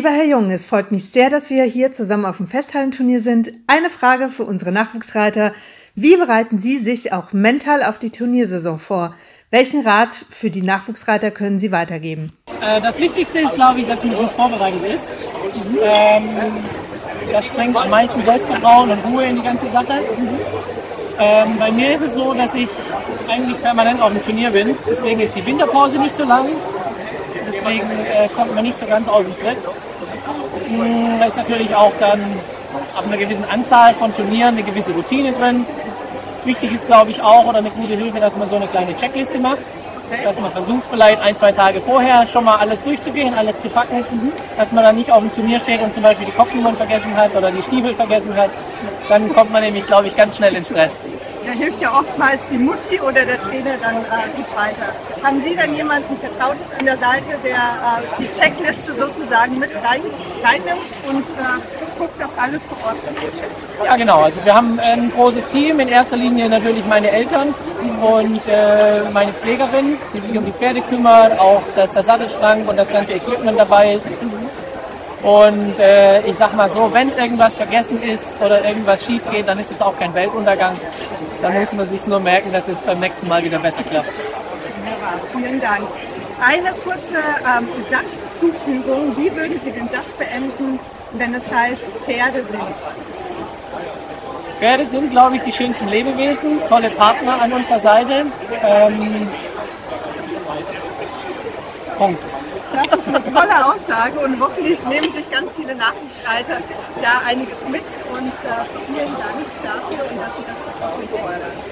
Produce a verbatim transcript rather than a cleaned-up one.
Lieber Herr Jung, es freut mich sehr, dass wir hier zusammen auf dem Festhallenturnier sind. Eine Frage für unsere Nachwuchsreiter. Wie bereiten Sie sich auch mental auf die Turniersaison vor? Welchen Rat für die Nachwuchsreiter können Sie weitergeben? Das Wichtigste ist, glaube ich, dass man gut vorbereitet ist. Mhm. Ähm, das bringt am meisten Selbstvertrauen und Ruhe in die ganze Sache. Mhm. Ähm, bei mir ist es so, dass ich eigentlich permanent auf dem Turnier bin. Deswegen ist die Winterpause nicht so lang. Deswegen äh, kommt man nicht so ganz aus dem Tritt. Mhm, da ist natürlich auch dann ab einer gewissen Anzahl von Turnieren eine gewisse Routine drin. Wichtig ist, glaube ich, auch, oder eine gute Hilfe, dass man so eine kleine Checkliste macht. Dass man versucht, vielleicht ein, zwei Tage vorher schon mal alles durchzugehen, alles zu packen. Mhm. Dass man dann nicht auf dem Turnier steht und zum Beispiel die Kopfnummern vergessen hat oder die Stiefel vergessen hat. Dann kommt man nämlich, glaube ich, ganz schnell in Stress. Da hilft ja oftmals die Mutti oder der Trainer dann äh, gut weiter. Haben Sie dann jemanden Vertrautes an der Seite, der äh, die Checkliste sozusagen mit rein, reinnimmt und äh, guckt, dass alles vor Ort ist? Ja, genau. Also wir haben ein großes Team. In erster Linie natürlich meine Eltern und äh, meine Pflegerin, die sich um die Pferde kümmert, auch dass der Sattelschrank und das ganze Equipment dabei ist. Und äh, ich sag mal so, wenn irgendwas vergessen ist oder irgendwas schief geht, dann ist es auch kein Weltuntergang. Dann muss man sich nur merken, dass es beim nächsten Mal wieder besser klappt. Wunderbar, vielen Dank. Eine kurze ähm, Satzzufügung. Wie würden Sie den Satz beenden, wenn es heißt, Pferde sind? Pferde sind, glaube ich, die schönsten Lebewesen, tolle Partner an unserer Seite. Ähm, Punkt. Das ist eine tolle Aussage und hoffentlich nehmen sich ganz viele Nachwuchsreiter da einiges mit und äh, vielen Dank dafür und dass Sie das auch so fordern.